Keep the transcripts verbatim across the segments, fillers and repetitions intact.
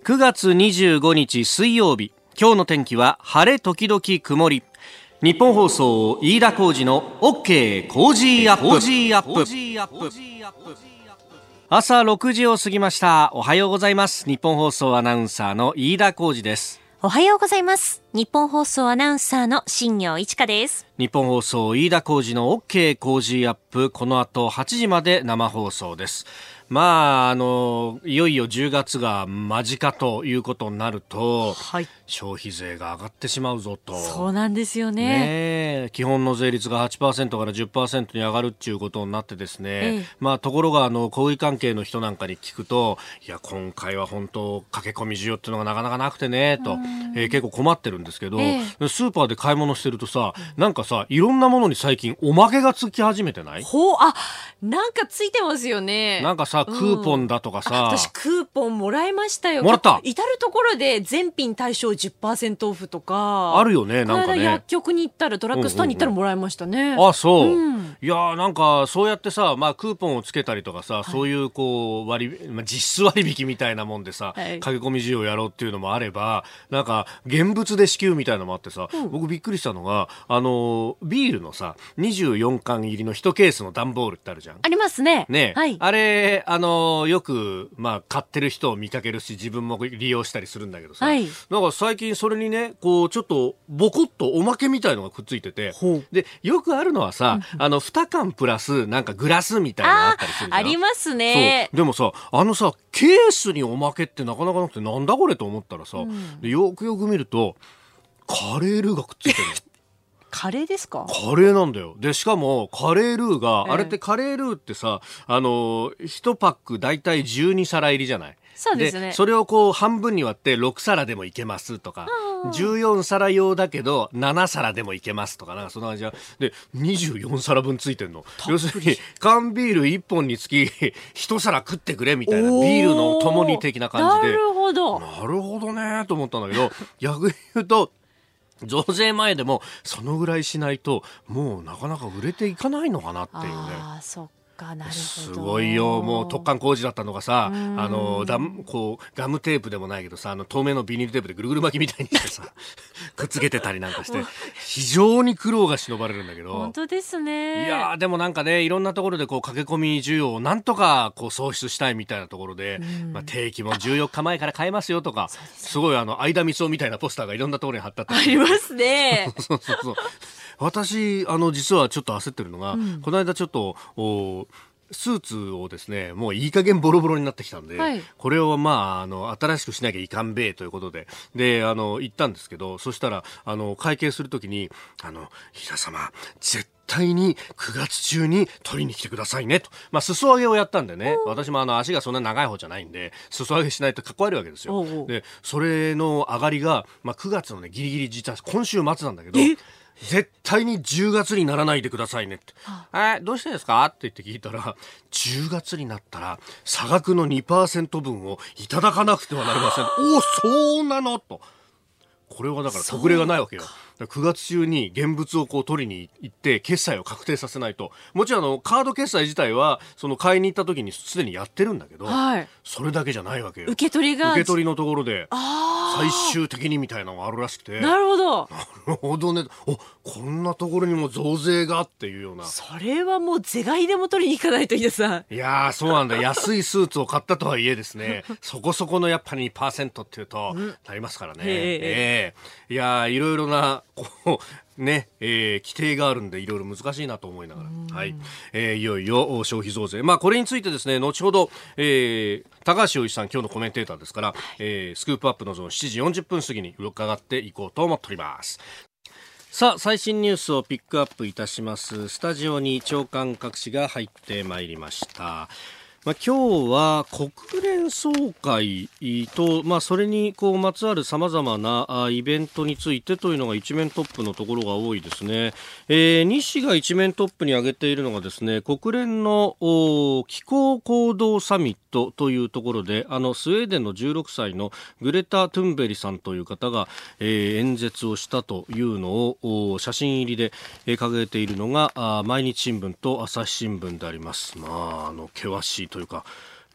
くがつにじゅうごにち水曜日、今日の天気は晴れ時々曇り。日本放送飯田浩司の OK コージーアップ。朝ろくじを過ぎました。おはようございます。日本放送アナウンサーの飯田浩司です。 おはようございます。日本放送アナウンサーの新業一華です。 日本放送飯田浩司の OK コージーアップ、この後はちじまで生放送です。まあ、あのいよいよじゅうがつが間近ということになると、はい、消費税が上がってしまうぞと。 そうなんですよ ね, ね基本の税率が はちパーセント から じゅっパーセント に上がるっていうことになってですね、ええまあ、ところがあの小売関係の人なんかに聞くと、いや今回は本当駆け込み需要っていうのがなかなかなくてねと、えー、結構困ってるんですけど、ええ、スーパーで買い物してるとさ、なんかさいろんなものに最近おまけがつき始めてない？ ほう、あ、なんかついてますよね。 なんかさクーポンだとかさ、うん、 私クーポンもらいましたよ。 もらった。 至るところで全品対象 じゅっパーセント オフとかあるよね。なんかね、 薬局に行ったらドラッグストアに行ったらもらいましたね。 うんうんうん、あ、そう、 うん、 いやなんかそうやってさ、まあ、クーポンをつけたりとかさ、はい、そういうこう割、まあ、実質割引みたいなもんでさ、はい、駆け込み需要やろうっていうのもあれば、なんか現物で支給みたいなのもあってさ、うん、僕びっくりしたのが、あのビールのさにじゅうよんかん入りのいちケースの段ボールってあるじゃん。 ありますね。 ね、 はい、 あれあのよく、まあ、買ってる人を見かけるし自分も利用したりするんだけどさ、はい、なんか最近それにねこうちょっとボコッとおまけみたいのがくっついてて、でよくあるのはさ、うん、あのにかんプラスなんかグラスみたいなのあったりするじゃん。 ありますね。 そうでもさあのさケースにおまけってなかなかなくて、なんだこれと思ったらさ、うん、でよくよく見るとカレールーがくっついてるの。 カレーですか？ カレーなんだよ。でしかもカレールーが、えー、あれってカレールーってさ、あのいちパックだいたいじゅうにさら入りじゃない。 そうですね。 でそれをこう半分に割ってろくさらでもいけますとか、じゅうよんさら用だけどななさらでもいけますとか、なんかその感じでにじゅうよんさらぶんついてんの。要するに缶ビールいっぽんにつきいちさら食ってくれみたいな、ビールのともに的な感じで。 なるほどなるほどねと思ったんだけど逆に言うと増税前でもそのぐらいしないともうなかなか売れていかないのかなっていうね。 あ、そっか、なるほど。 すごいよ。もう突貫工事だったのがさ、あのダムこうガムテープでもないけどさ、あの透明のビニールテープでぐるぐる巻きみたいにしてさくっつけてたりなんかして非常に苦労が忍ばれるんだけど。 本当ですね。 いやでもなんかね、いろんなところでこう駆け込み需要をなんとかこう創出したいみたいなところで、まあ、定期もじゅうよっかまえから買えますよとか、す, すごいあの相田みつをみたいなポスターがいろんなところに貼ってあったりありますね。 そうそうそう。私あの実はちょっと焦ってるのが、うん、この間ちょっとおスーツをですねもういい加減ボロボロになってきたんで、はい、これをまああの新しくしなきゃいかんべえということでであの行ったんですけど、そしたらあの会計するときにあの飯田様絶対にくがつ中に取りに来てくださいねと、まあ、裾上げをやったんでね、私もあの足がそんな長い方じゃないんで裾上げしないとかっこ悪いわけですよ。おうおうでそれの上がりが、まあ、くがつのねギリギリ実は今週末なんだけど、絶対にじゅうがつにならないでくださいねって、はあ、えどうしてですかって言って聞いたら、じゅうがつになったら差額の にパーセント 分をいただかなくてはなりません。おおそうなのと。これはだから特例がないわけよ。くがつ中に現物をこう取りに行って決済を確定させないと。もちろんあのカード決済自体はその買いに行った時にすでにやってるんだけど、はい、それだけじゃないわけよ。 受け取りが受け取りのところで最終的にみたいなのがあるらしくて。 なるほどなるほどね。おこんなところにも増税がっていうような。 それはもう是が非でも取りに行かないといいですさ。 いやーそうなんだ。安いスーツを買ったとはいえですねそこそこのやっぱり にパーセント っていうとなりますからね。えー、いやーいろいろなこうね、えー、規定があるんでいろいろ難しいなと思いながら、はい、えー、いよいよ消費増税、まあこれについてですね後ほど、えー、高橋洋一さん今日のコメンテーターですから、えー、スクープアップのゾーンしちじよんじゅっぷん過ぎに伺っていこうと思っております。さあ最新ニュースをピックアップいたします。スタジオに長官各紙が入ってまいりました。まあ、今日は国連総会と、まあ、それにこうまつわるさまざまなイベントについてというのが一面トップのところが多いですね。えー、日紙が一面トップに挙げているのがですね、国連の気候行動サミットというところで、あのスウェーデンのじゅうろくさいのグレタ・トゥンベリさんという方が、えー、演説をしたというのを写真入りで掲げているのが毎日新聞と朝日新聞であります。まあ、あの険しいというか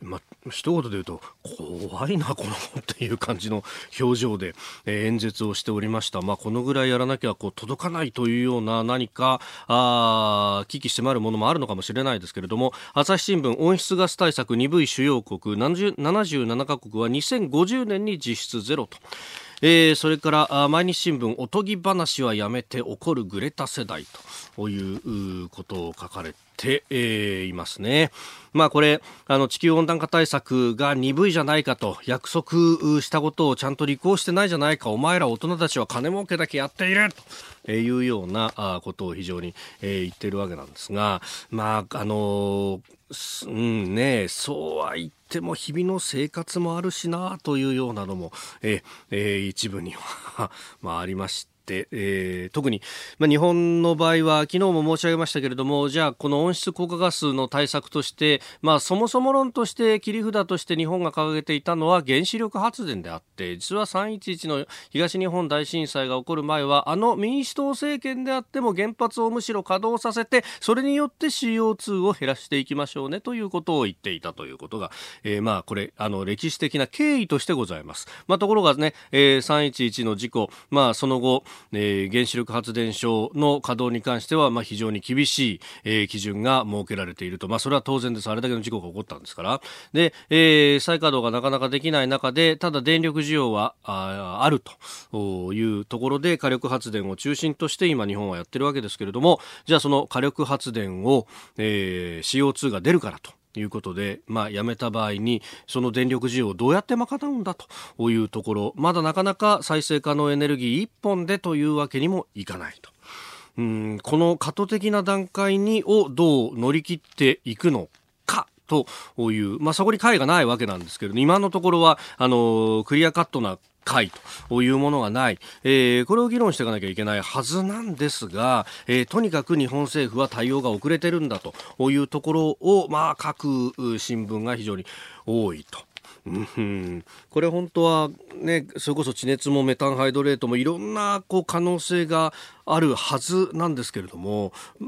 まあ、一言で言うと怖いなこのっていう感じの表情で、えー、演説をしておりました。まあ、このぐらいやらなきゃこう届かないというような何かあ危機迫るものもあるのかもしれないですけれども、朝日新聞温室ガス対策鈍い主要国ななじゅうななカ国はにせんごじゅうねんに実質ゼロと。えー、それから毎日新聞おとぎ話はやめて怒るグレタ世代ということを書かれて、えー、いますね。まあこれあの地球温暖化対策が鈍いじゃないかと、約束したことをちゃんと履行してないじゃないか、お前ら大人たちは金儲けだけやっているというようなことを非常に、えー、言っているわけなんですが、まああのー、うんね、そうは言っても日々の生活もあるしなというようなのも、ええー、一部にはまあありまして、えー、特に、まあ、日本の場合は昨日も申し上げましたけれども、じゃあこの温室効果ガスの対策として、まあ、そもそも論として切り札として日本が掲げていたのは原子力発電であって、実はさんいちいちの東日本大震災が起こる前はあの民主党政権であっても原発をむしろ稼働させて、それによって シーオーツー を減らしていきましょうねということを言っていたということが、えー、まあこれあの歴史的な経緯としてございます。まあ、ところがね、えー、さんいちいちの事故、まあ、その後えー、原子力発電所の稼働に関しては、まあ、非常に厳しい、えー、基準が設けられていると、まあ、それは当然です。あれだけの事故が起こったんですから。で、えー、再稼働がなかなかできない中で、ただ電力需要は あ, あるというところで火力発電を中心として今日本はやってるわけですけれども、じゃあその火力発電を、えー、シーオーツー が出るからということで、まあ、やめた場合にその電力需要をどうやって賄うんだというところ、まだなかなか再生可能エネルギー一本でというわけにもいかないと。うん、この過渡的な段階にをどう乗り切っていくのかという、まあ、そこに解がないわけなんですけれど、今のところはあのクリアカットな会というものがない、えー、これを議論していかなきゃいけないはずなんですが、えー、とにかく日本政府は対応が遅れてるんだというところを、まあ、各新聞が非常に多いと。うん、これ本当はね、それこそ地熱もメタンハイドレートもいろんなこう可能性があるはずなんですけれども、うん、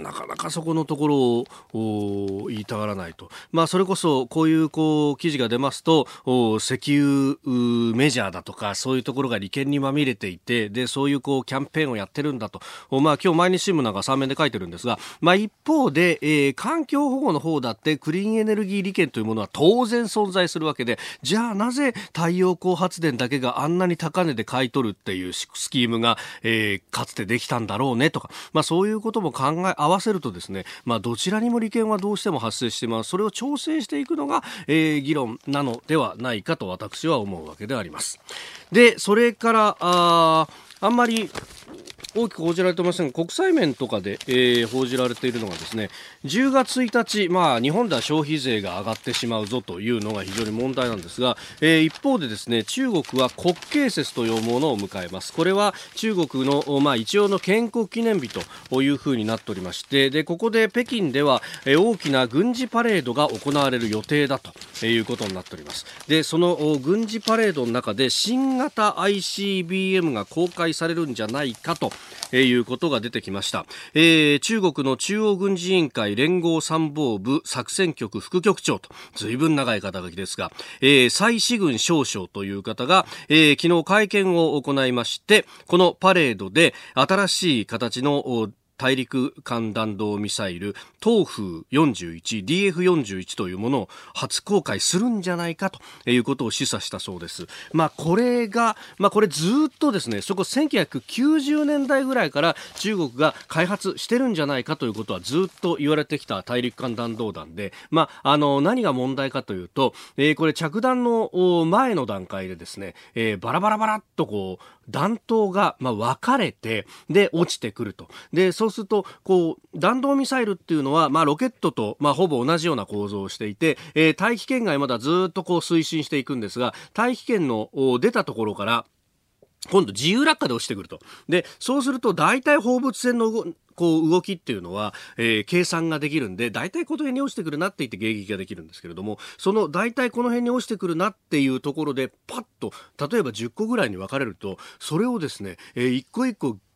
なかなかそこのところを言いたがらないと。まあ、それこそこういうこう記事が出ますと、石油メジャーだとかそういうところが利権にまみれていて、でそういうこうキャンペーンをやってるんだと、まあ、今日毎日新聞なんかさん面で書いてるんですが、まあ、一方で、えー、環境保護の方だってクリーンエネルギー利権というものは当然存在するわけで、じゃあなぜ太陽光発電だけがあんなに高値で買い取るっていうスキームが、えー、かつてできたんだろうねとか、まあ、そういうことも考え合わせるとですね、まあ、どちらにも利権はどうしても発生しています。それを調整していくのが、えー、議論なのではないかと私は思うわけであります。で、それからああんまり大きく報じられてませんが、国際面とかで、えー、報じられているのがですね、じゅうがつついたち、まあ、日本では消費税が上がってしまうぞというのが非常に問題なんですが、えー、一方でですね、中国は国慶節というものを迎えます。これは中国の、まあ、一応の建国記念日というふうになっておりまして、でここで北京では、えー、大きな軍事パレードが行われる予定だということになっております。でその軍事パレードの中で新型 アイシービーエム が公開されるんじゃないかとえー、いうことが出てきました。えー、中国の中央軍事委員会連合参謀部作戦局副局長と、随分長い肩書きですが、えー、蔡志軍少将という方が、えー、昨日会見を行いまして、このパレードで新しい形の大陸間弾道ミサイル東風よんじゅういち ディーエフよんじゅういち というものを初公開するんじゃないかということを示唆したそうです。まあこれが、まあこれずっとですね、そこせんきゅうひゃくきゅうじゅうねんだいぐらいから中国が開発してるんじゃないかということはずっと言われてきた大陸間弾道弾で、まああの何が問題かというと、えー、これ着弾の前の段階でですね、えー、バラバラバラっとこう弾頭がまあ分かれて、で落ちてくると。でそうするとこう弾道ミサイルっていうのは、まあ、ロケットと、まあ、ほぼ同じような構造をしていて、えー、大気圏外まだずっとこう推進していくんですが、大気圏の出たところから今度自由落下で落ちてくると。でそうすると大体放物線の動こう動きっていうのは、えー、計算ができるんで、大体この辺に落ちてくるなって言って迎撃ができるんですけれども、その大体この辺に落ちてくるなっていうところでパッと例えばじゅっこぐらいに分かれると、それをですね、えー、一個一個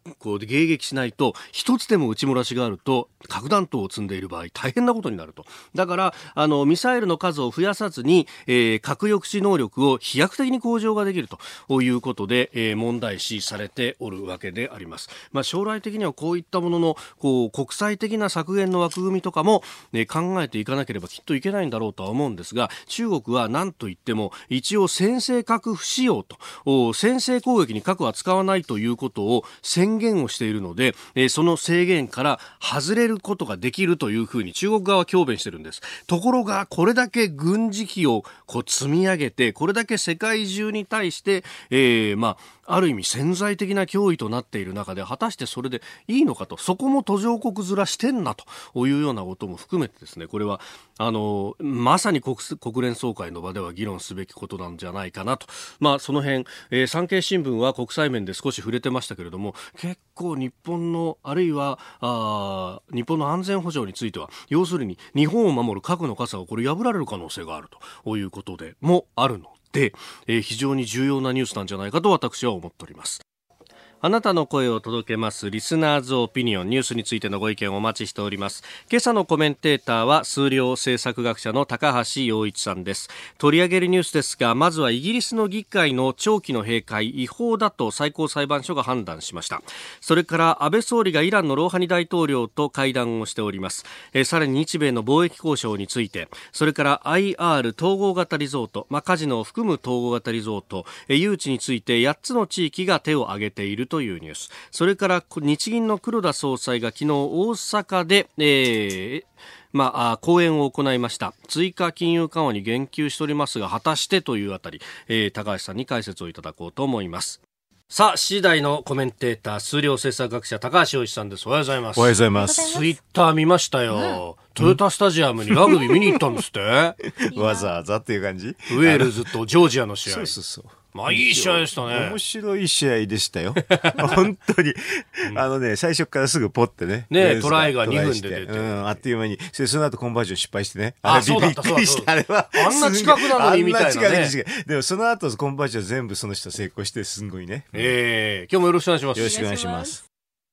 こう迎撃しないと、一つでも撃ち漏らしがあると核弾頭を積んでいる場合大変なことになると。だからあのミサイルの数を増やさずに、えー、核抑止能力を飛躍的に向上ができるということで、えー、問題視されておるわけであります。まあ、将来的にはこういったもののこう国際的な削減の枠組みとかも、ね、考えていかなければきっといけないんだろうとは思うんですが、中国は何といっても一応先制核不使用と、先制攻撃に核は使わないということを宣言をしているので、えー、その制限から外れることができるというふうに中国側は強弁してるんです。ところがこれだけ軍事費をこう積み上げて、これだけ世界中に対して、えー、まあある意味潜在的な脅威となっている中で、果たしてそれでいいのかと、そこも途上国面してんなというようなことも含めてですね、これはあのまさに 国, 国連総会の場では議論すべきことなんじゃないかなと。まあその辺、えー、産経新聞は国際面で少し触れてましたけれども、結構日本のあるいはあ日本の安全保障については、要するに日本を守る核の傘をこれ破られる可能性があるということでもあるので、えー、非常に重要なニュースなんじゃないかと私は思っております。あなたの声を届けますリスナーズオピニオン、ニュースについてのご意見をお待ちしております。今朝のコメンテーターは数量政策学者の高橋洋一さんです。取り上げるニュースですが、まずはイギリスの議会の長期の閉会、違法だと最高裁判所が判断しました。それから安倍総理がイランのローハニ大統領と会談をしております。えさらに日米の貿易交渉について、それから アイアール 統合型リゾート、まあ、カジノを含む統合型リゾート、え誘致についてやっつの地域が手を挙げているというニュース。それから日銀の黒田総裁が昨日大阪で、えーまあ、講演を行いました。追加金融緩和に言及しておりますが、果たしてというあたり、えー、高橋さんに解説をいただこうと思います。さあ、しちじ台のコメンテーター、数量政策学者高橋洋一さんです。おはようございます。 おはようございます。 ツイッター見ましたよ、うん、トヨタスタジアムにラグビー見に行ったんですってわざわざっていう感じ。 ウェールズとジョージアの試合。 そうそうそう、 まあいい試合でしたね。 面白い試合でしたよ本当に、うん、あのね、最初からすぐポッてねね、トライがにふんで出て、 うん、あっという間に、その後コンバージョン失敗してね、 あれびっくりした。あれはあんな近くなのにみたいなね。 でもその後コンバージョン全部その人成功して、すごいね、 うん、えー、今日もよろしくお願いします。 よろしくお願いします。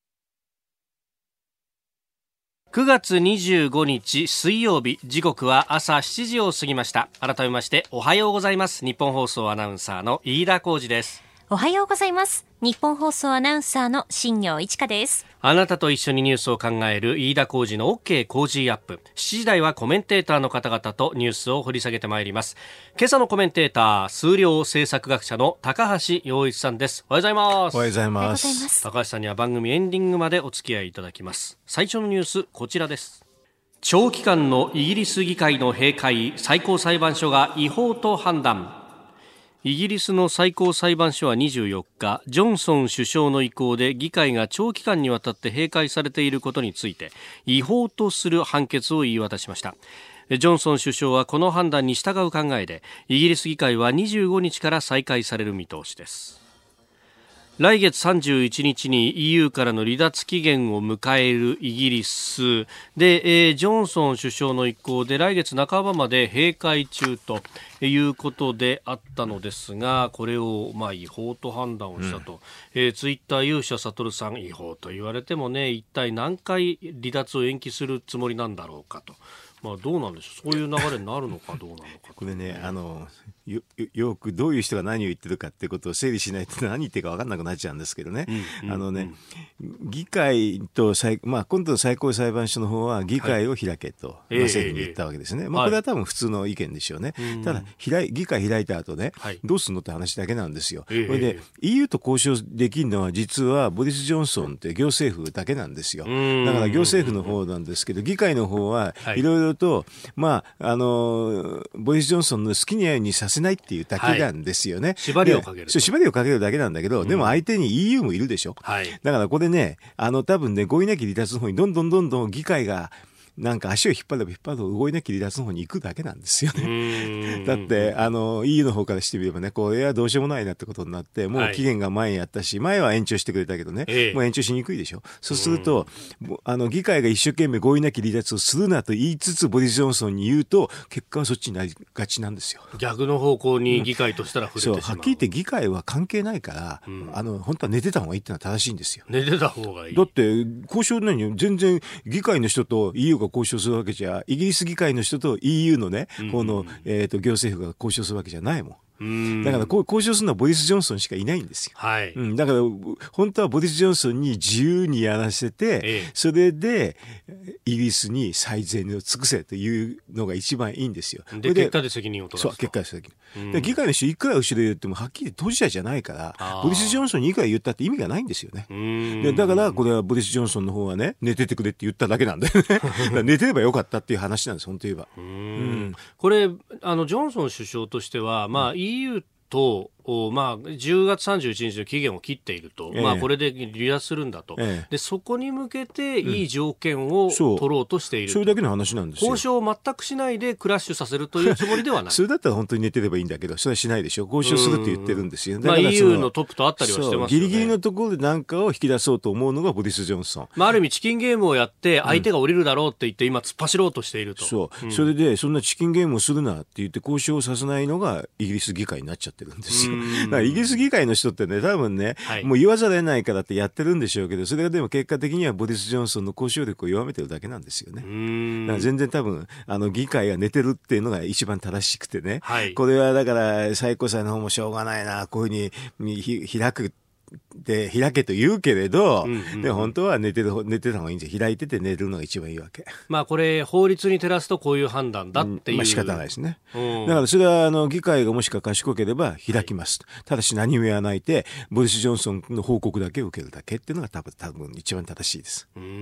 くがつにじゅうごにち水曜日、時刻は朝しちじを過ぎました。改めましておはようございます。日本放送アナウンサーの飯田浩司です。 おはようございます。日本放送アナウンサーの新業一華です。 あなたと一緒にニュースを考える飯田浩司の OK 工事アップ。しちじ台はコメンテーターの方々とニュースを掘り下げてまいります。今朝のコメンテーター、数量政策学者の高橋洋一さんです。おはようございます。 おはようございます。 高橋さんには番組エンディングまでお付き合いいただきます。最初のニュース、こちらです。長期間のイギリス議会の閉会、最高裁判所が違法と判断。イギリスの最高裁判所はにじゅうよっか、ジョンソン首相の意向で議会が長期間にわたって閉会されていることについて違法とする判決を言い渡しました。ジョンソン首相はこの判断に従う考えで、イギリス議会はにじゅうごにちから再開される見通しです。来月さんじゅういちにちに イーユー からの離脱期限を迎えるイギリスで、えー、ジョンソン首相の意向で来月半ばまで閉会中ということであったのですが、これをまあ違法と判断をしたと、うんえー、ツイッター勇者悟さん、違法と言われてもね、一体何回離脱を延期するつもりなんだろうかと。まあ、どうなんでしょう、そういう流れになるのかどうなのかこれね、あの よ, よくどういう人が何を言ってるかってことを整理しないと何言ってるか分かんなくなっちゃうんですけどね、うん、あのね、うん、議会と最、まあ、今度の最高裁判所の方は議会を開けと、はいまあ、政府に言ったわけですね、えーまあ、これは多分普通の意見でしょうね、はい、ただ開議会開いた後ね、はい、どうするのって話だけなんですよ、えー、これで イーユー と交渉できるのは実はボリス・ジョンソンって行政府だけなんですよ。だから行政府の方なんですけど、議会の方はいろいろと、まあ、あのボリス・ジョンソンの好きなようにさせないっていうだけなんですよね、はい、 縛りをかけるそう縛りをかけるだけなんだけど、うん、でも相手に イーユー もいるでしょ、はい、だからこれね、あの多分ね合意なき離脱の方にどんどんどんどん議会がなんか足を引っ張れば引っ張ると動いなきゃ離脱の方に行くだけなんですよね。だってあの イーユー の方からしてみればね、これはどうしようもないなってことになって、もう期限が前にやったし、前は延長してくれたけどね、ええ、もう延長しにくいでしょ。そうするとあの議会が一生懸命合意なき離脱をするなと言いつつボリス・ジョンソンに言うと結果はそっちになりがちなんですよ。 逆の方向に議会としたら触れてしまう、うん、 そうはっきり言って議会は関係ないから、うん、あの本当は寝てた方がいいってのは正しいんですよ。 寝てた方がいい。 だって交渉何全然議会の人と イーユー が交渉するわけじゃ、イギリス議会の人と イーユー のね、うん、この、えーと、行政府が交渉するわけじゃないもん。だからこう交渉するのはボリス・ジョンソンしかいないんですよ、 はい、 うん、だから本当はボリス・ジョンソンに自由にやらせて、ええ、それでイギリスに最善を尽くせというのが一番いいんですよ。 で結果で責任を取る。 そう結果で責任、うん、で議会の人いくら後ろで言ってもはっきり当事者じゃないからボリス・ジョンソンにいくら言ったって意味がないんですよね。でだからこれはボリス・ジョンソンの方はね寝ててくれって言っただけなんだよね寝てればよかったっていう話なんです本当言えば。うん、 うん、これあのジョンソン首相としては、まあ、うん、イーユーとまあ、じゅうがつさんじゅういちにちの期限を切っていると、ええまあ、これで離脱するんだと、ええ、でそこに向けていい条件を取ろうとしている、うん、 そ, それだけの話なんですよ。 交渉を全くしないでクラッシュさせるというつもりではないそれだったら本当に寝てればいいんだけどそれはしないでしょ。交渉するって言ってるんですよ。 だからまあ、イーユー のトップと会ったりはしてますよね。 ギリギリのところで何かを引き出そうと思うのがボリス・ジョンソン、 まあ、ある意味チキンゲームをやって相手が降りるだろうって言って今突っ走ろうとしていると、 そう、うん、それでそんなチキンゲームをするなって言って交渉をさせないのがイギリス議会になっちゃってるんですよ。だからイギリス議会の人ってね多分ね、はい、もう言わざるを得ないからってやってるんでしょうけど、それがでも結果的にはボリス・ジョンソンの交渉力を弱めてるだけなんですよね。うーんだから全然多分あの議会が寝てるっていうのが一番正しくてね、はい、これはだから最高裁の方もしょうがないなこういうふうに開くで開けと言うけれど、うんうんうん、で本当は寝てる寝てた方がいいんですよ。開いてて寝るのが一番いいわけ。 まあこれ法律に照らすとこういう判断だっていう、うんまあ、 仕方ないですね、うん、だからそれはあの議会がもしか賢ければ開きます、はい、ただし何も言わないでボリス・ジョンソンの報告だけを受けるだけっていうのが多分多分一番正しいです。うーん、うん、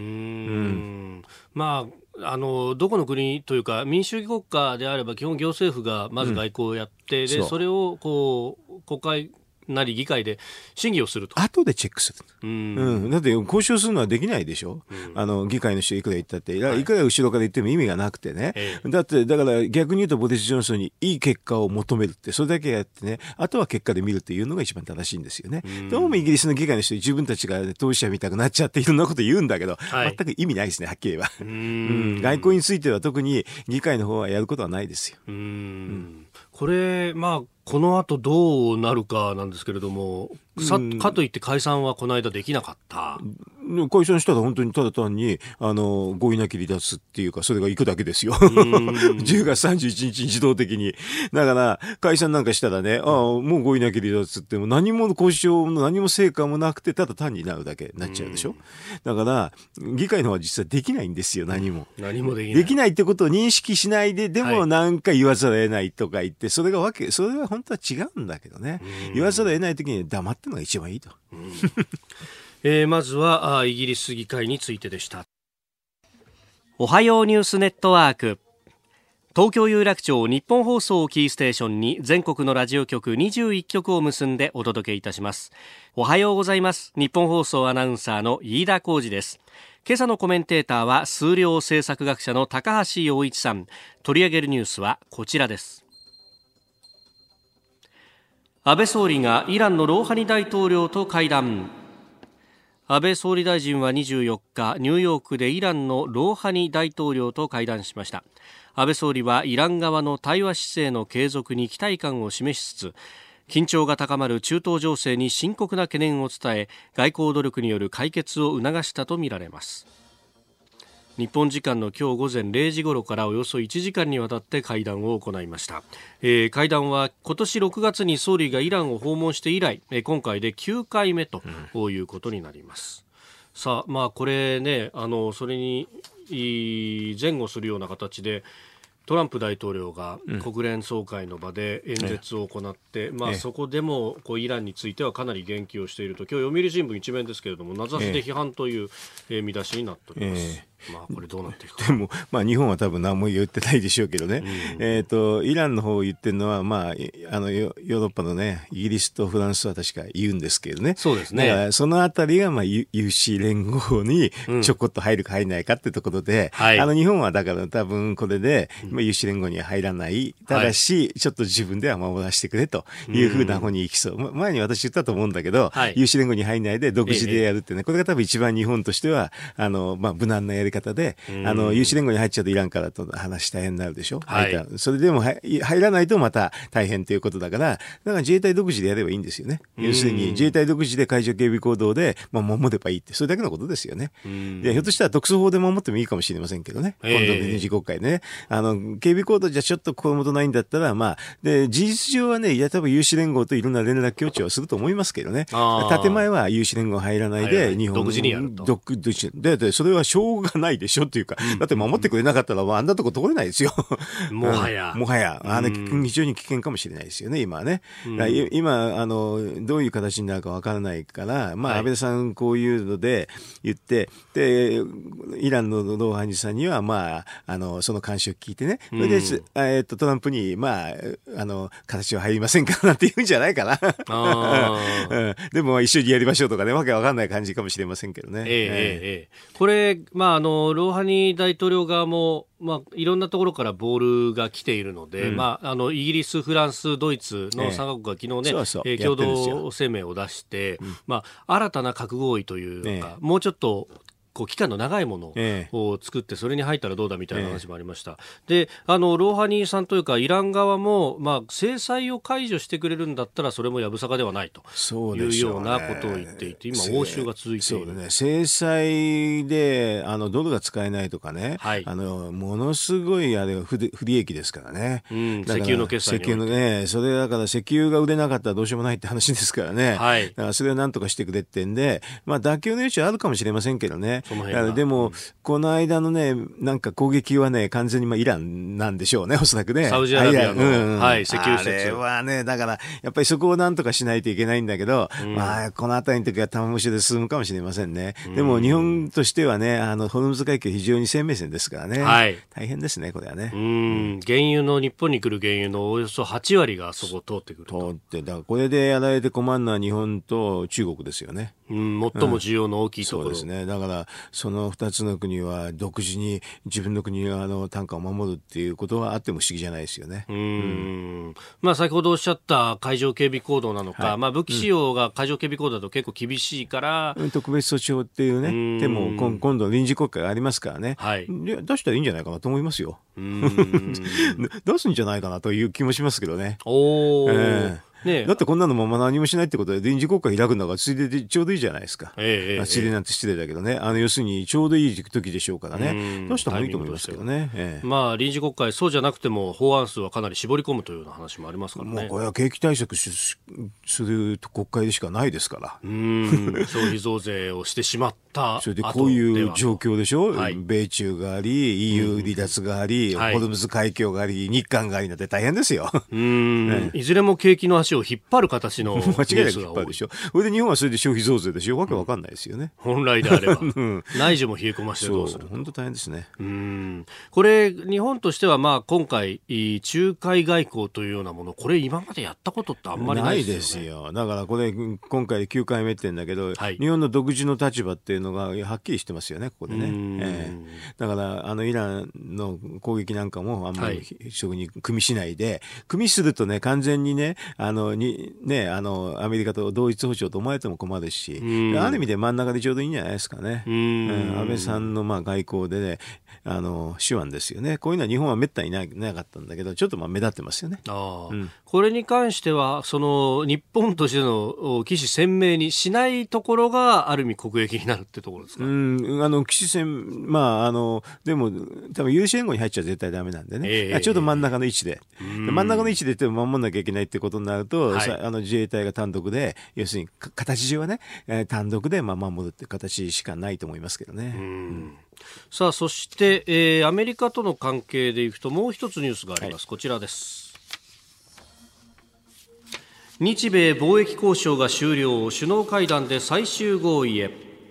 まああのどこの国というか民主主義国家であれば基本行政府がまず外交をやって、うん、で そ, それをこう国会なり議会で審議をすると後でチェックする、うんうん、だって交渉するのはできないでしょ、うん、あの議会の人いくら言ったって、はい、いくら後ろから言っても意味がなくてね、ええ、だってだから逆に言うとボリス・ジョンソンにいい結果を求めるってそれだけやってねあとは結果で見るっていうのが一番正しいんですよね、うん、どうもイギリスの議会の人自分たちが当事者みたくなっちゃっていろんなこと言うんだけど、はい、全く意味ないですねはっきり言えばうん、うん、外交については特に議会の方はやることはないですよ。うん、うんこれまあこの後どうなるかなんですけれども、さかといって解散はこの間できなかった。 解散したら本当にただ単にあの合意なき離脱っていうかそれがいくだけですよじゅうがつさんじゅういちにちに自動的に。だから解散なんかしたらね、ああもう合意なき離脱っても何も交渉も何も成果もなくてただ単になるだけになっちゃうでしょ。だから議会の方は実はできないんですよ。何も何もできないできないってことを認識しないででもなんか言わざるを得ないとか言って、それがわけそれは本当は違うんだけどね、言わざるを得ないときに黙ってるのが一番いいと、うんえー、まずはあイギリス議会についてでした。おはようニュースネットワーク、東京有楽町日本放送をキーステーションに全国のラジオ局にじゅういっきょくを結んでお届けいたします。おはようございます。日本放送アナウンサーの飯田浩司です。今朝のコメンテーターは数量政策学者の高橋洋一さん。取り上げるニュースはこちらです。安倍総理がイランのロウハニ大統領と会談。安倍総理大臣はにじゅうよっかニューヨークでイランのロウハニ大統領と会談しました。安倍総理はイラン側の対話姿勢の継続に期待感を示しつつ、緊張が高まる中東情勢に深刻な懸念を伝え、外交努力による解決を促したとみられます。日本時間の今日午前れいじ頃からおよそいちじかんにわたって会談を行いました、えー、会談は今年ろくがつに総理がイランを訪問して以来、えー、今回できゅうかいめということになります、うん、さあまあこれねあのそれに前後するような形でトランプ大統領が国連総会の場で演説を行って、うんまあ、そこでもこうイランについてはかなり言及をしていると、今日読売新聞一面ですけれども名指しで批判という、えー、見出しになっております、えーまあ、これどうなっていくか。 でも、まあ、日本は多分何も言ってないでしょうけどね、うん、えーと、イランの方を言ってるのは、まあ、あのヨーロッパのね、イギリスとフランスは確か言うんですけどね。 そうですね。 だからそのあたりが、まあ、有志連合にちょこっと入るか入らないかってところで、うん、あの日本はだから多分これで、まあ、有志連合には入らない。ただし、はい、ちょっと自分では守らせてくれというふうな方に行きそう。うん、前に私言ったと思うんだけど、はい、有志連合に入らないで独自でやるってね、ええ、これが多分一番日本としては、あの、まあ、無難なやり方で、うん、あの、有志連合に入っちゃうとイランからと話大変になるでしょ。はい、それでも入らないとまた大変ということだから、だから自衛隊独自でやればいいんですよね。要するに自衛隊独自で海上警備行動で、まあ、守ればいいって、それだけのことですよね。で、ひょっとしたら特措法で守ってもいいかもしれませんけどね。今度の臨時国会でね。あの、警備行動じゃちょっとこうもとないんだったら、まあ、で、事実上はね、いや、多分有志連合といろんな連絡協調をすると思いますけどね。建前は有志連合入らないで、日本独自にやると。 独自で、で、それはしょうがないでしょっていうか、うん、だって守ってくれなかったら、あんなとこ通れないですよ。 もはや。 もはや。あの、非常に危険かもしれないですよね、今はね。今、あの、どういう形になるかわからないから、まあ、はい、安倍さんこういうので言って、で、イランのローハニさんには、まあ、あの、その監視を聞いてね、それで、えっと、トランプに、まあ、あの、形は入りませんかなんて言うんじゃないかな。あうん、でも、一緒にやりましょうとかね、わけわかんない感じかもしれませんけどね。ええええ、これ、まあ、あの、ローハニ大統領側も、まあ、いろんなところからボールが来ているので、うん、まあ、あのイギリス、フランス、ドイツのさんカ国が昨日ね、そうそうえー、共同声明を出して、うんまあ、新たな核合意というか、ね、もうちょっとこう期間の長いものを作ってそれに入ったらどうだみたいな話もありました。で、あのローハニーさんというかイラン側も、まあ、制裁を解除してくれるんだったらそれもやぶさかではないというようなことを言っていて、今応酬が続いている。 そうね、制裁であのドルが使えないとかね、はい、あのものすごいあれ不不利益ですからね、 うん、石油の決済において石油のね、それだから石油が売れなかったらどうしようもないって話ですからね、はい、だからそれをなんとかしてくれってんで、まあ、妥協の余地はあるかもしれませんけどね。でも、うん、この間のね、なんか攻撃はね、完全にまあイランなんでしょうね、おそらくね。 サウジアラビアの、うんはい、石油施設。 あれはね、だから、やっぱりそこをなんとかしないといけないんだけど、うん、まあ、このあたりの時は玉虫で進むかもしれませんね。うん、でも、日本としてはね、あの、ホルムズ海峡非常に生命線ですからね。はい。大変ですね、これはね。 うん。原油の、日本に来る原油のおよそはち割がそこを通ってくると。 通って、だからこれでやられて困るのは日本と中国ですよね。 うん、最も需要の大きいところ、 うん、そうですね。だからそのふたつの国は独自に自分の国のあの単価を守るっていうことはあっても不思議じゃないですよね。 うん、うん、まあ、先ほどおっしゃった海上警備行動なのか、はい、まあ、武器使用が海上警備行動だと結構厳しいから、 うん、特別措置法っていうね、でも今今度臨時国会がありますからね、はい、出したらいいんじゃないかなと思いますよ。うん出すんじゃないかなという気もしますけどね。おー、えーね、だってこんなのまま何もしないってことで臨時国会開くんだからついででちょうどいいじゃないですか。ええ、ついでなんて失礼だけどね。あの要するにちょうどいい時でしょうからね。どうした方がいいと思いますけどね。ええ、 まあ臨時国会そうじゃなくても法案数はかなり絞り込むというような話もありますからね。 もうこれは景気対策する国会でしかないですから。 うん消費増税をしてしまった。 それでこういう状況でしょ。はい、米中があり イーユー 離脱があり、うん、ホルムズ海峡があり日韓がありなんて大変ですよ。 うん、ね、いずれも景気の足を引っ張る形の間違いなく引っ張るでしょ。それで日本はそれで消費増税でしょ。わけわかんないですよね。 本来であれば、うん、内需も冷え込ましてどうする。 本当大変ですね。 うん、これ日本としてはまあ今回仲介外交というようなもの、これ今までやったことってあんまりないですよね。 ないですよ。だからこれ今回できゅうかいめって言うんだけど、はい、日本の独自の立場っていうのがはっきりしてますよね、ここでね。えー、だからあのイランの攻撃なんかもあんまりそこに組みしないで、はい、組みするとね完全にねあのにねあのアメリカと同一歩調と思われても困るし、ある意味で真ん中でちょうどいいんじゃないですかね。うん、安倍さんのまあ外交でねあの手腕ですよね。こういうのは日本はめったに な, なかったんだけどちょっとまあ目立ってますよね。 あ、うん、これに関してはその日本としての旗手鮮明にしないところがある意味国益になるってところですか。 うんあの旗手鮮まああのでも多分有志連合に入っちゃ絶対ダメなんでね、えー、ちょうど真ん中の位置で、えー、真ん中の位置でって守んなきゃいけないってことになると、はい、あの自衛隊が単独で要するに形上はね、えー、単独でまあ守るって形しかないと思いますけどね。うん、うん、 さあそして、えー、アメリカとの関係でいくともう一つニュースがあります、はい、こちらです。日米貿易交渉が終了、首脳会談で最終合意へ。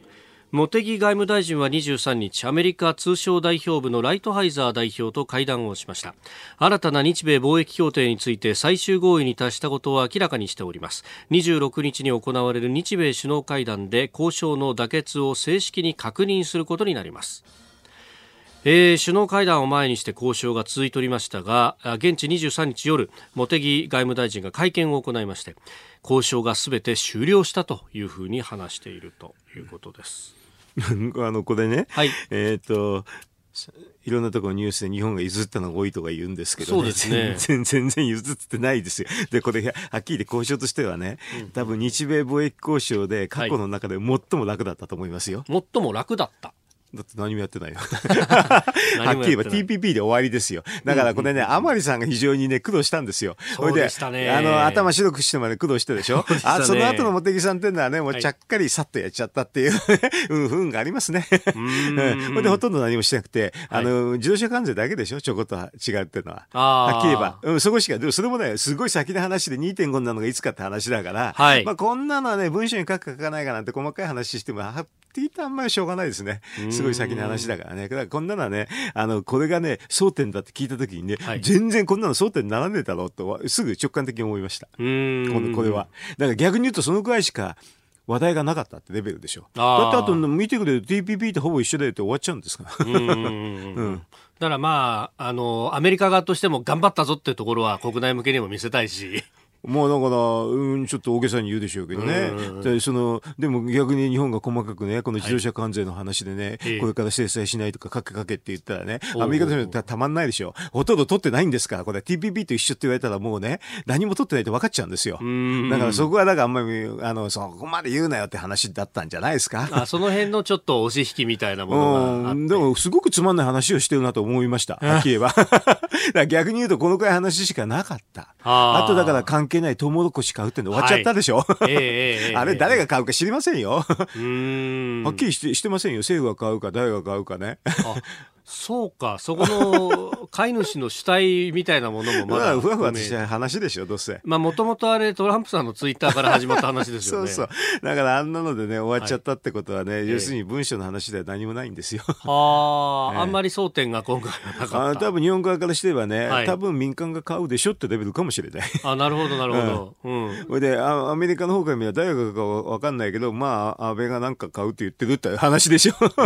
茂木外務大臣はにじゅうさんにちアメリカ通商代表部のライトハイザー代表と会談をしました。新たな日米貿易協定について最終合意に達したことを明らかにしております。にじゅうろくにちに行われる日米首脳会談で交渉の妥結を正式に確認することになります。えー、首脳会談を前にして交渉が続いておりましたが、現地にじゅうさんにち夜、茂木外務大臣が会見を行いまして、交渉がすべて終了したというふうに話しているということです。 あのこれね、 はい、 えっ、ー、といろんなところニュースで日本が譲ったのが多いとか言うんですけど、ね、 そうですね、 全然全然譲ってないですよ。でこれはっきり交渉としてはね、多分日米貿易交渉で過去の中で最も楽だったと思いますよ。 はい、最も楽だった。 だって何もやってないよ。はっきり言えば ティーピーピー で終わりですよ。だからこれね、甘利さんが非常にね、苦労したんですよ。 そうでしたね。 あの、頭白くしてまで苦労してでしょ。ね、あ、その後の茂木さんっていうのはね、もうちゃっかりさっとやっちゃったっていう、はい、うん、不運がありますね。うん。で、ほとんど何もしてなくて、あの、はい、自動車関税だけでしょ、ちょこっと違うっていうのは。はっきり言えば。うん、そこしか、でもそれもね、すごい先の話で にてんご なのがいつかって話だから、はい、まあこんなのはね、文章に書くか書かないかなんて細かい話しても、はっって言ったらあんまりしょうがないですね。すごい先の話だからね。だからこんなのはね、あの、これがね、争点だって聞いたときにね、はい、全然こんなの争点にならねえだろうと、すぐ直感的に思いました。うーんこの、これは。だから逆に言うとそのくらいしか話題がなかったってレベルでしょ。だってあと見てくれる ティーピーピー ってほぼ一緒だよって終わっちゃうんですから。うんうんだからまあ、あの、アメリカ側としても頑張ったぞっていうところは国内向けにも見せたいし。 もうだから、うん、ちょっと大げさに言うでしょうけどね。で、その、でも逆に日本が細かくね、この自動車関税の話でね、はい、これから制裁しないとか、かけかけって言ったらね、アメリカとしてはたまんないでしょ。ほとんど取ってないんですから、これ ティーピーピー と一緒って言われたらもうね、何も取ってないと分かっちゃうんですよ。だからそこはだからあんまり、あの、そこまで言うなよって話だったんじゃないですか。 あ、その辺のちょっと押し引きみたいなものがあって。 うん、でもすごくつまんない話をしてるなと思いました。はっきり言えば。だから逆に言うとこのくらい話しかなかった。あ, あとだから関係ないトウモロコシ買うってんで終わっちゃったでしょ、はい、えー、あれ誰が買うか知りませんよ。うーんはっきりして、してませんよ。政府が買うか誰が買うかね。あそうか、そこの飼い主の主体みたいなものもまだふわふわとした話でしょ、どうせ。 まあもともとあれトランプさんのツイッターから始まった話ですよね。 そうそう。だからあんなのでね終わっちゃったってことはね、はい、要するに文書の話では何もないんですよ。 はあ、ね、あんまり争点が今回はなかった。 あ多分日本側からしてればね、はい、多分民間が買うでしょってレベルかもしれない。 あなるほどなるほど。うん。 うん、でアメリカの方から見れば誰が買うかわかんないけど、まあ安倍がなんか買うって言ってるって話でしょ。うん。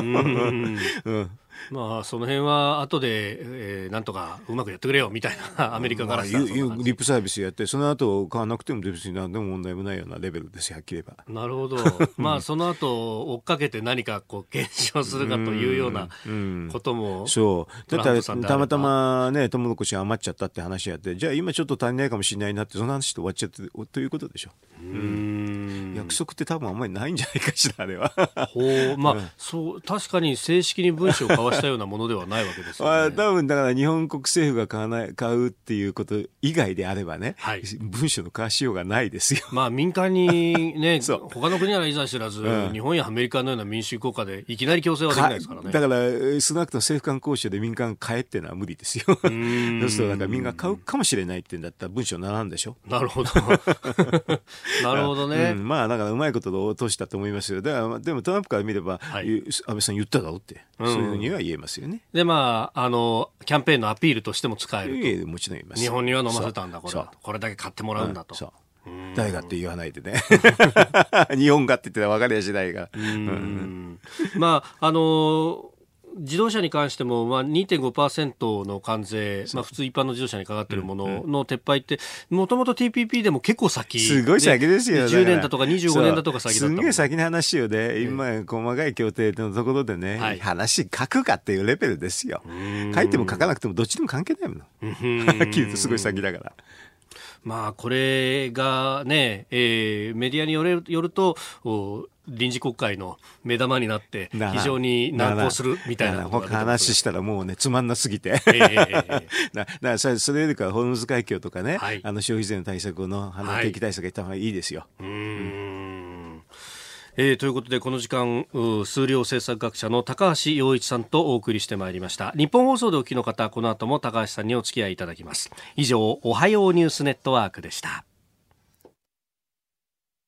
うんまあその辺は後で、えー、なんとかうまくやってくれよみたいなアメリカからしたら、 まあ、リップサービスやってその後買わなくても別に何でも問題もないようなレベルですよ、はっきり言えば。 なるほど。まあその後追っかけて何かこう検証するかというようなことも、 うん、そうだってたまたまねトウモロコシ余っちゃったって話やって、じゃあ今ちょっと足りないかもしれないなってその話で終わっちゃってということでしょ。うーん約束って多分あんまりないんじゃないかしら、あれは。 ほう、まあ、うん、そう確かに正式に文書を交わしたようなものではないわけですよね。 多分だから日本国政府が買わない買うっていうこと以外であればね、はい、文書の交わしようがないですよ。 まあ民間にね他の国ならいざ知らず、うん、日本やアメリカのような民主国家でいきなり強制はできないですからね。 だから少なくとも政府間交渉で民間買えっていうのは無理ですよ。そうするとなんか民間買うかもしれないっていうんだったら文書ならんでしょ。 なるほど。なるほどね。 うん、まあだからうまいことで落としたと思いますよ。だからでもトランプから見れば、はい、安倍さん言っただろうって、うん、そういうふうには言えますよね。 でまああのキャンペーンのアピールとしても使えると。 いえもちろん言います。 日本には飲ませたんだこれはこれだけ買ってもらうんだと。うん、そう誰がって言わないでね。日本がって言ってたら分かりやしないが。うんうんまああの自動車に関しても、まあ、にてんごパーセント の関税、まあ、普通一般の自動車にかかっているものの撤廃ってもともと ティーピーピー でも結構先、 すごい先ですよ。 じゅうねんだとかにじゅうごねんだとか先だったもん。 すごい先の話よね。今細かい協定のところでね、はい、話書くかっていうレベルですよ。書いても書かなくてもどっちでも関係ないもの。はっきり言うとすごい先だから。 まあ、これがね、えー、メディアによる、よると臨時国会の目玉になって非常に難航するみたいなことが話したらもうねつまんなすぎて、えー、だからそれ、それよりかホルムズ海峡とかね、はい、あの消費税の対策の景気対策が多分いいですよ。うーんえー、ということでこの時間数量政策学者の高橋洋一さんとお送りしてまいりました。日本放送でお聞きの方、この後も高橋さんにお付き合いいただきます。以上、おはようニュースネットワークでした。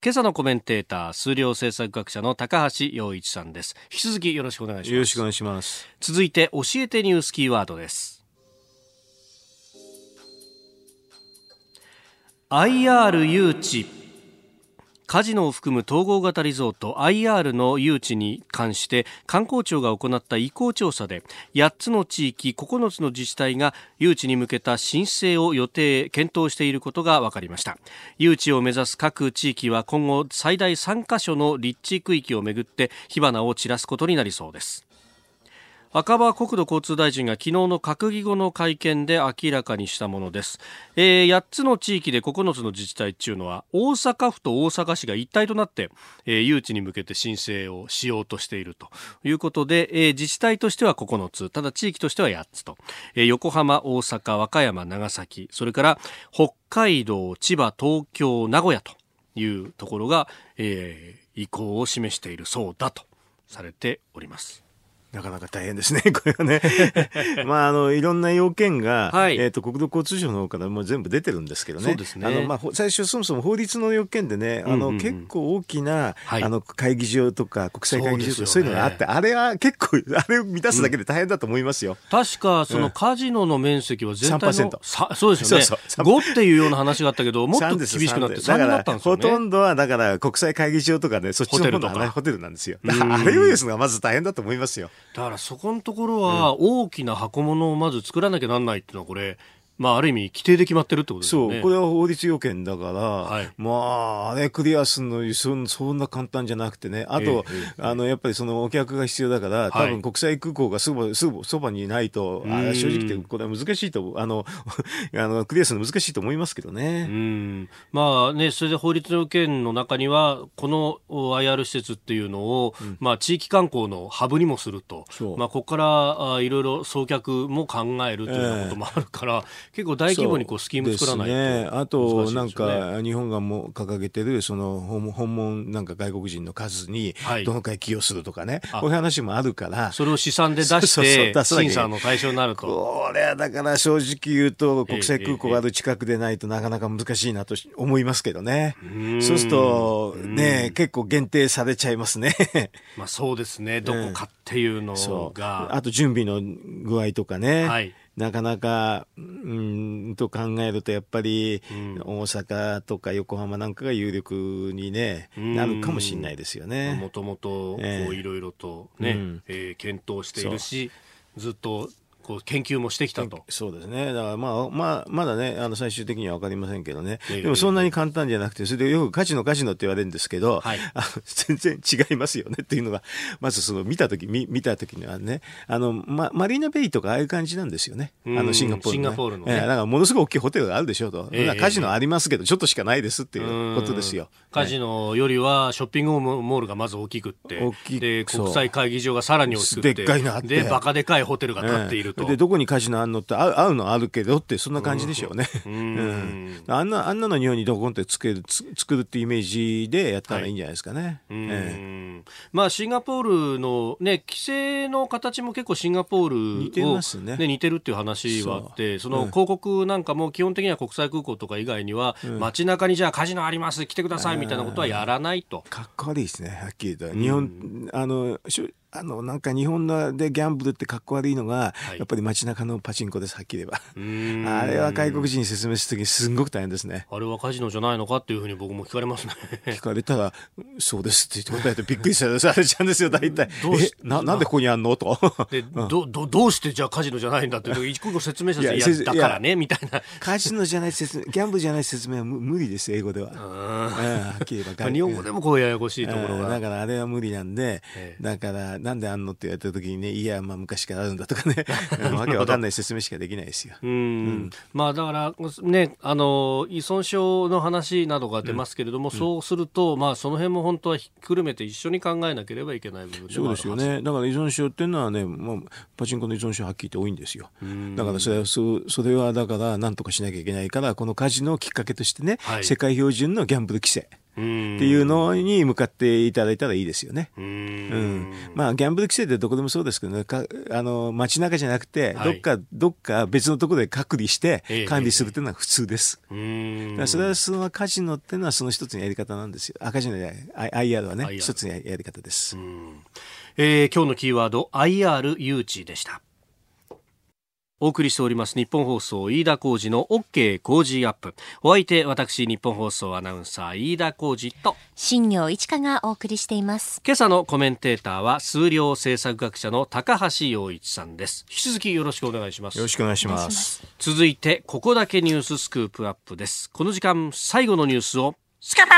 今朝のコメンテーター、数量政策学者の高橋洋一さんです。引き続きよろしくお願いします。 よろしくお願いします。 続いて教えてニュースキーワードです。 アイアール 誘致。カジノを含む統合型リゾート アイアール の誘致に関して観光庁が行った意向調査で、やっつの地域ここのつの自治体が誘致に向けた申請を予定検討していることが分かりました。誘致を目指す各地域は今後最大さんカ所の立地区域をめぐって火花を散らすことになりそうです。赤羽国土交通大臣が昨日の閣議後の会見で明らかにしたものです。えー、やっつの地域でここのつの自治体っていうのは大阪府と大阪市が一体となって、えー、誘致に向けて申請をしようとしているということで、えー、自治体としてはここのつ、ただ地域としてはやっつと、えー、横浜、大阪、和歌山、長崎、それから北海道、千葉、東京、名古屋というところが、えー、意向を示しているそうだとされております。 なかなか大変ですね、これはね。まあ、あの、いろんな要件が、はい、えっと、国土交通省の方からもう全部出てるんですけどね。 そうですね。 あの、まあ、最初そもそも法律の要件でね、あの、うんうんうん、結構大きな、はい、あの、会議場とか、国際会議場とか、そういうのがあって、あれは結構、あれを満たすだけで大変だと思いますよ。 うん、確か、そのカジノの面積は全体のさんパーセント。 さそうですよね。そうそうごっていうような話があったけど、もっと厳しくなってさんになったんですよね。 ほとんどは、だから、国際会議場とかね、そっちの方のホテルなんですよ。あれを用意するのがまず大変だと思いますよ。 だから、そこのところは大きな箱物をまず作らなきゃなんないっていうのはこれ、まあ、ある意味規定で決まってるってことですよね。 そう、これは法律要件だから、はい、まあ、ね、クリアするのそん、そんな簡単じゃなくてね、あと、えーえー、あの、やっぱりそのお客が必要だから、多分国際空港がすぐ、すぐそばにないと、あ正直言ってこれは難しいと、あの、あの、クリアするの難しいと思いますけどね。 うん。まあね、それで法律の要件の中には、この アイアール 施設っていうのを、うん、まあ、地域観光のハブにもすると、まあ、ここからあいろいろ送客も考えるというようなこともあるから、えー結構大規模にこうスキーム作らないと難しいですよね。 あとなんか日本がもう掲げてるその訪問なんか外国人の数にどのくらい寄与するとかね、はい、こういう話もあるからそれを試算で出して審査の対象になると。 これはだから正直言うと国際空港がある近くでないとなかなか難しいなと思いますけどね。うそうするとね結構限定されちゃいますね。 まあそうですね、どこかっていうのが、 うん、あと準備の具合とかね、 はいなかなか、うん、と考えるとやっぱり、うん、大阪とか横浜なんかが有力に、ね、なるかもしれないですよね。 もともといろいろと、ねうんえー、検討しているしずっとこう研究もしてきたと。 そうですね。だからまあ、まあ、まだね、あの最終的には分かりませんけどね。えー、でもそんなに簡単じゃなくて、それでよくカジノカジノって言われるんですけど、はい、あの全然違いますよねっていうのが、まずその見たとき、見、見たときにはね、あの、ま、マリーナベイとかああいう感じなんですよね。あのシンガポールの、ね。シンガポールの、ね。えー、だからものすごい大きいホテルがあるでしょうと。えー、カジノありますけど、ちょっとしかないですっていうことですよ。 カジノよりはショッピングモールがまず大きくって、大きで、国際会議場がさらに大きくって、 でっかいのあって、 で、バカでかいホテルが建っていると。 えー、で、どこにカジノあんのって合うのあるけどってそんな感じでしょうね。うんうん、あんなあんなの日本にドコンって作る作るってイメージでやったらいいんじゃないですかね。はい、うんえー、まあシンガポールのね規制の形も結構シンガポールを似てますね。 ね似てるっていう話はあって、その広告なんかも基本的には国際空港とか以外には、うん、街中にじゃあカジノあります来てくださいみたいなことはやらないと。 かっこ悪いですねはっきり言うと。日本、うん、あのあのなんか日本でギャンブルってかっこ悪いのが、はい、やっぱり街中のパチンコですはっきり言えば。あれは外国人に説明するときすごく大変ですね。 あれはカジノじゃないのかっていうふうに僕も聞かれますね。 聞かれたらそうですって言って答えてびっくりされちゃうんですよ大体。どうしえ な, なんでここにあんのとで、うん、ど, ど, どうしてじゃあカジノじゃないんだって一個一個説明させていやだからねみたいな。 カジノじゃない説明ギャンブルじゃない説明は無理です英語では。はっきり言えば日本語でもこうややこしいところがだからあれは無理なんで、ええ、だからなんであんのって言われた時にねいやまあ昔からあるんだとかねわけわかんない説明しかできないですよ。うん、 うん、まあだからねあの依存症の話などが出ますけれども、うん、そうするとまあその辺も本当はひっくるめて一緒に考えなければいけない部分でもあるはず。 そうですよね。だから依存症っていうのはね、まあ、パチンコの依存症はっきり言って多いんですよ。だからそれは そ, それはだから何とかしなきゃいけないからこのカジノをきっかけとしてね、はい、世界標準のギャンブル規制っていうのに向かっていただいたらいいですよね。うん、まあギャンブル規制ってどこでもそうですけどね、かあの街中じゃなくて、はい、どっかどっか別のところで隔離して管理するっていうのは普通です。えー、だからそれはそのカジノっていうのはその一つのやり方なんですよ。あカジノで アイアール はね アイアール 一つのやり方です。うん、 えー、今日のキーワード アイアール 誘致でした。お送りしております日本放送飯田浩司の OK 工事アップ。お相手私日本放送アナウンサー飯田浩司と新業一華がお送りしています。 今朝のコメンテーターは数量政策学者の高橋洋一さんです。引き続きよろしくお願いします。 よろしくお願いします。 続いてここだけニューススクープアップです。この時間最後のニュースをスカップ。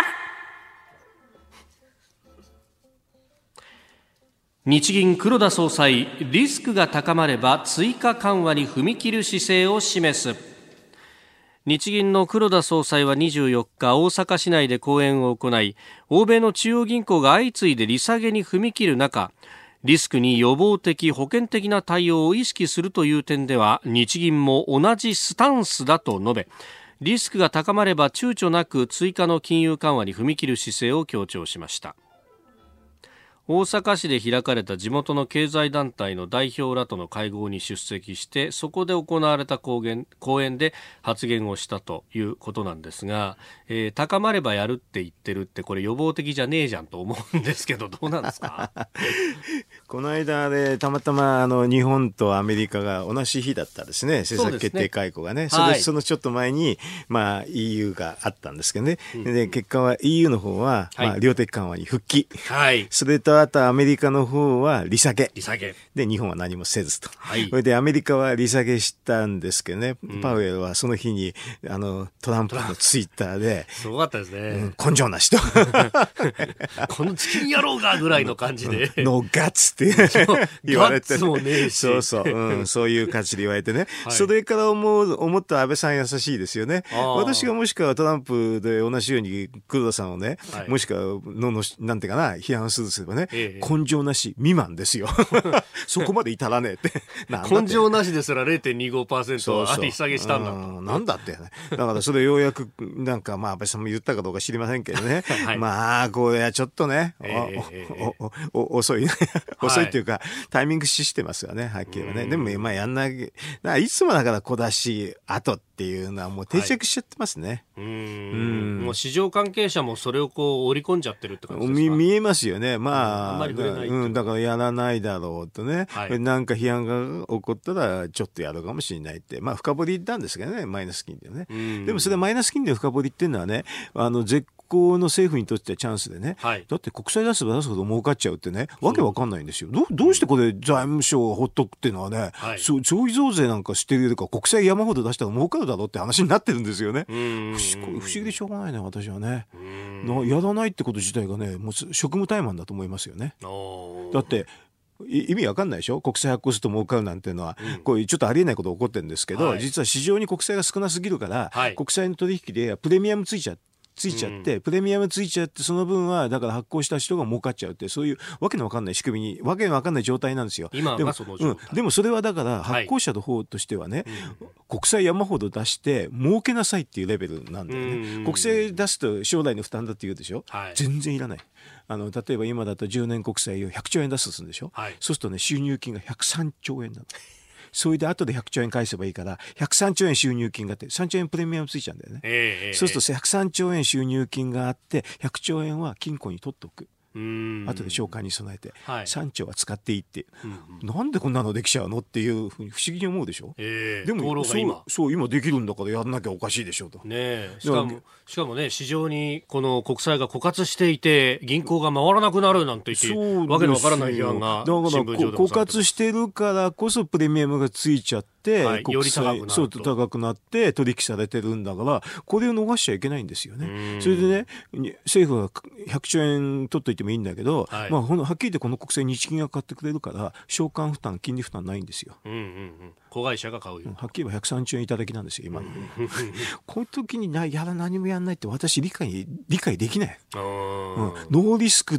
日銀黒田総裁、リスクが高まれば追加緩和に踏み切る姿勢を示す。日銀の黒田総裁はにじゅうよっか大阪市内で講演を行い、欧米の中央銀行が相次いで利下げに踏み切る中、リスクに予防的保険的な対応を意識するという点では日銀も同じスタンスだと述べ、リスクが高まれば躊躇なく追加の金融緩和に踏み切る姿勢を強調しました。大阪市で開かれた地元の経済団体の代表らとの会合に出席して、そこで行われた講演、講演で発言をしたということなんですが、えー、高まればやるって言ってるってこれ予防的じゃねえじゃんと思うんですけど、どうなんですか？ この間でたまたまあの日本とアメリカが同じ日だったですね、政策決定会合がね。それ、はい、そのちょっと前に、まあ、イーユー があったんですけどね、うん、で結果は イーユー の方は、はい、まあ、量的緩和に復帰、はい、それとあとアメリカの方は利下げ。 利下げ。 で、日本は何もせずと。はい。それでアメリカは利下げしたんですけどね、うん、パウエルはその日に、あの、トランプのツイッターで、 すごかったですね。うん、根性なしと。 このチキン野郎がぐらいの感じで。 ノーガッツって言われて、 ね。ガッツもねえし。 そうそう、うん、そういう感じで言われてね。はい、それから思う、思った安倍さん優しいですよね。私がもしくはトランプで同じように黒田さんをね、はい、もしくはのの、なんていうかな、批判するとすればね、ええ、根性なし未満ですよ。そこまで至らねえって。 根性なしですら れいてんにじゅうごパーセント は利下げしたんだと。 うん、なんだって、ね。だからそれようやく、なんかまあ安倍さんも言ったかどうか知りませんけどね。はい、まあ、これはちょっとね、えー、おおお遅い。遅いっていうか、タイミング失してますよね、はっきりはね。でもまあやんなきゃ、いつもだから小出し、後っていうのはもう定着しちゃってますね。はい、 うんうんもう市場関係者もそれをこう織り込んじゃってるって感じですか？ 見、見えますよね。まあ、 あんまり触れないうん、だからやらないだろうとね、はい、なんか批判が起こったらちょっとやるかもしれないって、まあ深掘りなんですけどね、マイナス金利はね。でもそれマイナス金利の深掘りっていうのはね、あの絶好の政府にとってはチャンスでね、はい、だって国債出せば出すほど儲かっちゃうってね、わけわかんないんですよ。ど, どうしてこれ財務省がほっとくっていうのはね、はい、消費増税なんかしてるよりか国債山ほど出したら儲かるだろうって話になってるんですよね。不思, 不思議でしょうがないね、私はね。やらないってこと自体がね、もう職務怠慢だと思いますよね。だって意味わかんないでしょ、国債発行すると儲かるなんていうのは、うん、こういうちょっとありえないこと起こってるんですけど、はい、実は市場に国債が少なすぎるから、はい、国債の取引でプレミアムついちゃってついちゃって、うん、プレミアムついちゃってその分はだから発行した人が儲かっちゃうって、そういうわけのわかんない仕組みにわけのわかんない状態なんですよ。 今はその状態、 うん、でもそれはだから発行者の方としてはね、はい、国債山ほど出して儲けなさいっていうレベルなんだよね。国債出すと将来の負担だって言うでしょ、はい、全然いらない。あの例えば今だとじゅうねん国債をひゃくちょうえん出すとするんでしょ、はい、そうするとね収入金がひゃくさんちょうえんなの。それで後でひゃくちょうえん返せばいいからひゃくさんちょうえん収入金があってさんちょうえんプレミアムついちゃうんだよね、えー、そうするとひゃくさんちょうえん収入金があってひゃくちょうえんは金庫に取っておく。うん後で償還に備えて、はい、さんちょうは使っていいって、うんうん、なんでこんなのできちゃうのっていうふうに不思議に思うでしょ、 えー、 でもそう今そう今できるんだからやんなきゃおかしいでしょと、 ね、しかもしかもね市場にこの国債が枯渇していて銀行が回らなくなるなんて言ってわけのわからない批判が新聞上でもされてます。 枯渇してるからこそプレミアムがついちゃって、はい、国債より高くなると、そう高くなって取引されてるんだからこれを逃しちゃいけないんですよね。それでね政府はひゃくちょうえん取っといてもいいんだけど、はいまあ、はっきり言ってこの国債日銀が買ってくれるから償還負担金利負担ないんですよ、うんうんうん、 子会社が買うよ、 はっきり言えばひゃくさんちょうえんいただきなんですよ今のこういう時になやら何もやらないって私理解理解できない、うん、ノーリスクで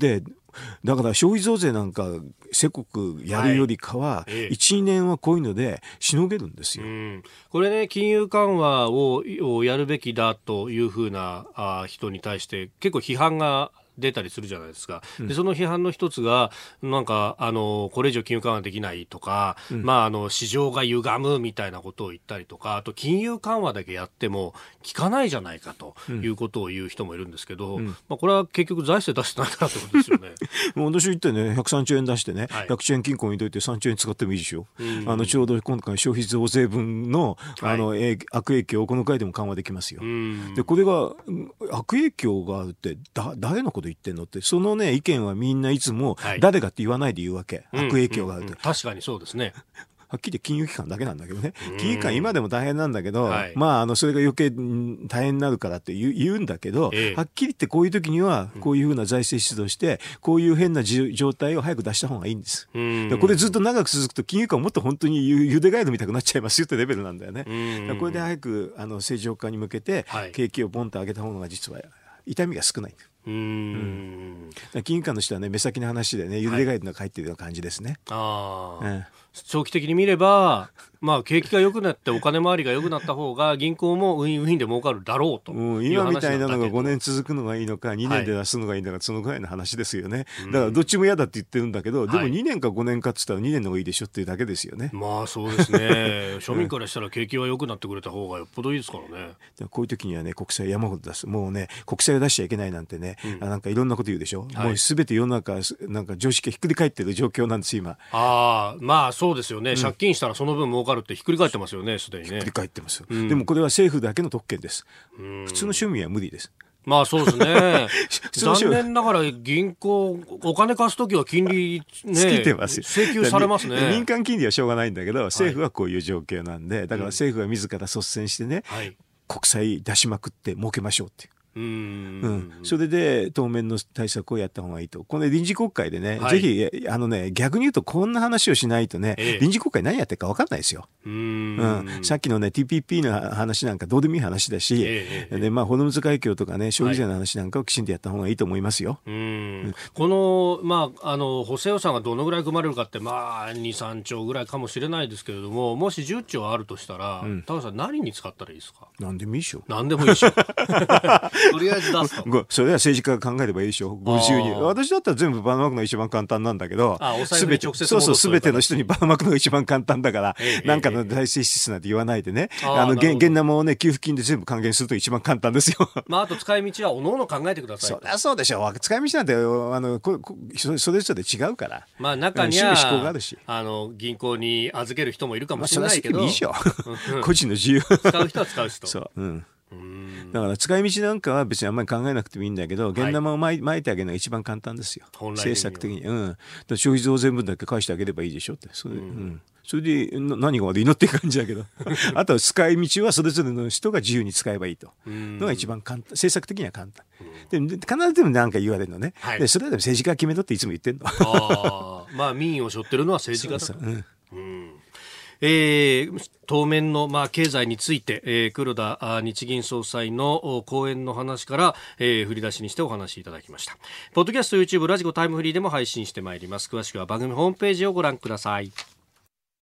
だから消費増税なんかせこくやるよりかは、はい、いち、にねんはこういうのでしのげるんですよ。うん、 これね、金融緩和をやるべきだというふうなあ人に対して結構批判が出たりするじゃないですか。でその批判の一つがなんかあのこれ以上金融緩和できないとか、うん、まあ、あの市場が歪むみたいなことを言ったりとか、あと金融緩和だけやっても効かないじゃないかということを言う人もいるんですけど、うん、まあ、これは結局財政出してないからってことですよね。 もう私言ってねひゃくさんじゅうえん出してね、はい、ひゃくちえん金庫に入れといてさんじゅうえん使ってもいいでしょ。あのちょうど今回消費増税分の、あの、はい、悪影響をこの回でも緩和できますよ。でこれが悪影響があるってだ誰のこと言ってんのって、そのね意見はみんないつも誰かって言わないで言うわけ、はい、悪影響があると、うんうんうん、 確かにそうですね。 はっきり金融機関だけなんだけどね、金融機関今でも大変なんだけど、はい、まああのそれが余計大変になるからって言う、言うんだけど、ええ、はっきり言ってこういう時にはこういうふうな財政出動してこういう変な状態を早く出した方がいいんです。うんこれずっと長く続くと金融機関もっと本当にゆでガエルみたくなっちゃいますよってレベルなんだよね。だこれで早くあの正常化に向けて景気をボンと上げた方が実は痛みが少ない。うーんうん、金融機関の人はね目先の話でねゆでガエルの入っているような感じですね。 ああ、うん、長期的に見れば、まあ、景気が良くなってお金回りが良くなった方が銀行もウィンウィンで儲かるだろうという話、うん、 今みたいなのがごねん続くのがいいのかにねんで出すのがいいのか、そのぐらいの話ですよね。だからどっちも嫌だって言ってるんだけど、でもにねんかごねんかって言ったらにねんの方がいいでしょっていうだけですよね。 まあそうですね。庶民からしたら景気は良くなってくれた方がよっぽどいいですからね。 こういう時にはね国債山ほど出す。もうね国債を出しちゃいけないなんてね、うん、なんかいろんなこと言うでしょ、はい、もうすべて世の中なんか常識がひっくり返ってる状況なんです今。 ああまあそうですよね、うん、借金したらその分儲かるってひっくり返ってますよね。すでにねひっくり返ってます、うん、でもこれは政府だけの特権です。普通の庶民は無理です。 まあそうですね。残念ながら銀行お金貸すときは金利、ね、 つけてますよ。 請求されますね。 民間金利はしょうがないんだけど政府はこういう状況なんで、はい、だから政府は自ら率先してね、はい、国債出しまくって儲けましょうっていう。うん、うん、それで当面の対策をやった方がいいと。この臨時国会でね、はい、ぜひあのね逆に言うとこんな話をしないとね、ええ、臨時国会何やってるか分かんないですよ。うん、うん、さっきのね ティーピーピー の話なんかどうでもいい話だし、ええでまあホルムズ海峡とかね消費税の話なんかをきちんとやった方がいいと思いますよ。はい、うん、 このまああの補正予算がどのぐらい組まれるかってまあに、さんちょうぐらいかもしれないですけれども、もしじゅっちょうあるとしたら、うん、高橋さん何に使ったらいいですか。 何でもいいでしょ。 何でもいいでしょ。とりあえず出すと。 それは政治家が考えればいいでしょ。ご自由に。私だったら全部バナマクのが一番簡単なんだけど、 すべてそうそうすべての人にバナマクのが一番簡単だから、ええ、なんかの財政支出なんて言わないでね、あの現生をね給付金で全部還元すると一番簡単ですよ。 まああと使い道はおのおの考えてください。 そりゃそうでしょ。使い道なんてあのここそれぞれ違うから。 まあ中には思考があるし、あの銀行に預ける人もいるかもしれないけど、まあ、それは好きでいいでしょ。個人の自由。 使う人は使う人。 そう。うん。だから使い道なんかは別にあんまり考えなくてもいいんだけど、現生をまい、まいてあげるのが一番簡単ですよ。政策的に、うん、だ消費増税分だけ返してあげればいいでしょって。それで、うんうん、それで何が悪いのっていう感じだけどあとは使い道はそれぞれの人が自由に使えばいいとのが一番簡単、政策的には簡単、うん、で必ずでも何か言われるのね、はい、でそれは政治家が決めろっていつも言ってんの。 あまあ民意を背負ってるのは政治家だから。そうそう、うんうんえー、当面の、まあ、経済について、えー、黒田日銀総裁の講演の話から、えー、振り出しにしてお話しいただきました。ポッドキャスト、YouTube、ラジコ、タイムフリーでも配信してまいります。詳しくは番組ホームページをご覧ください。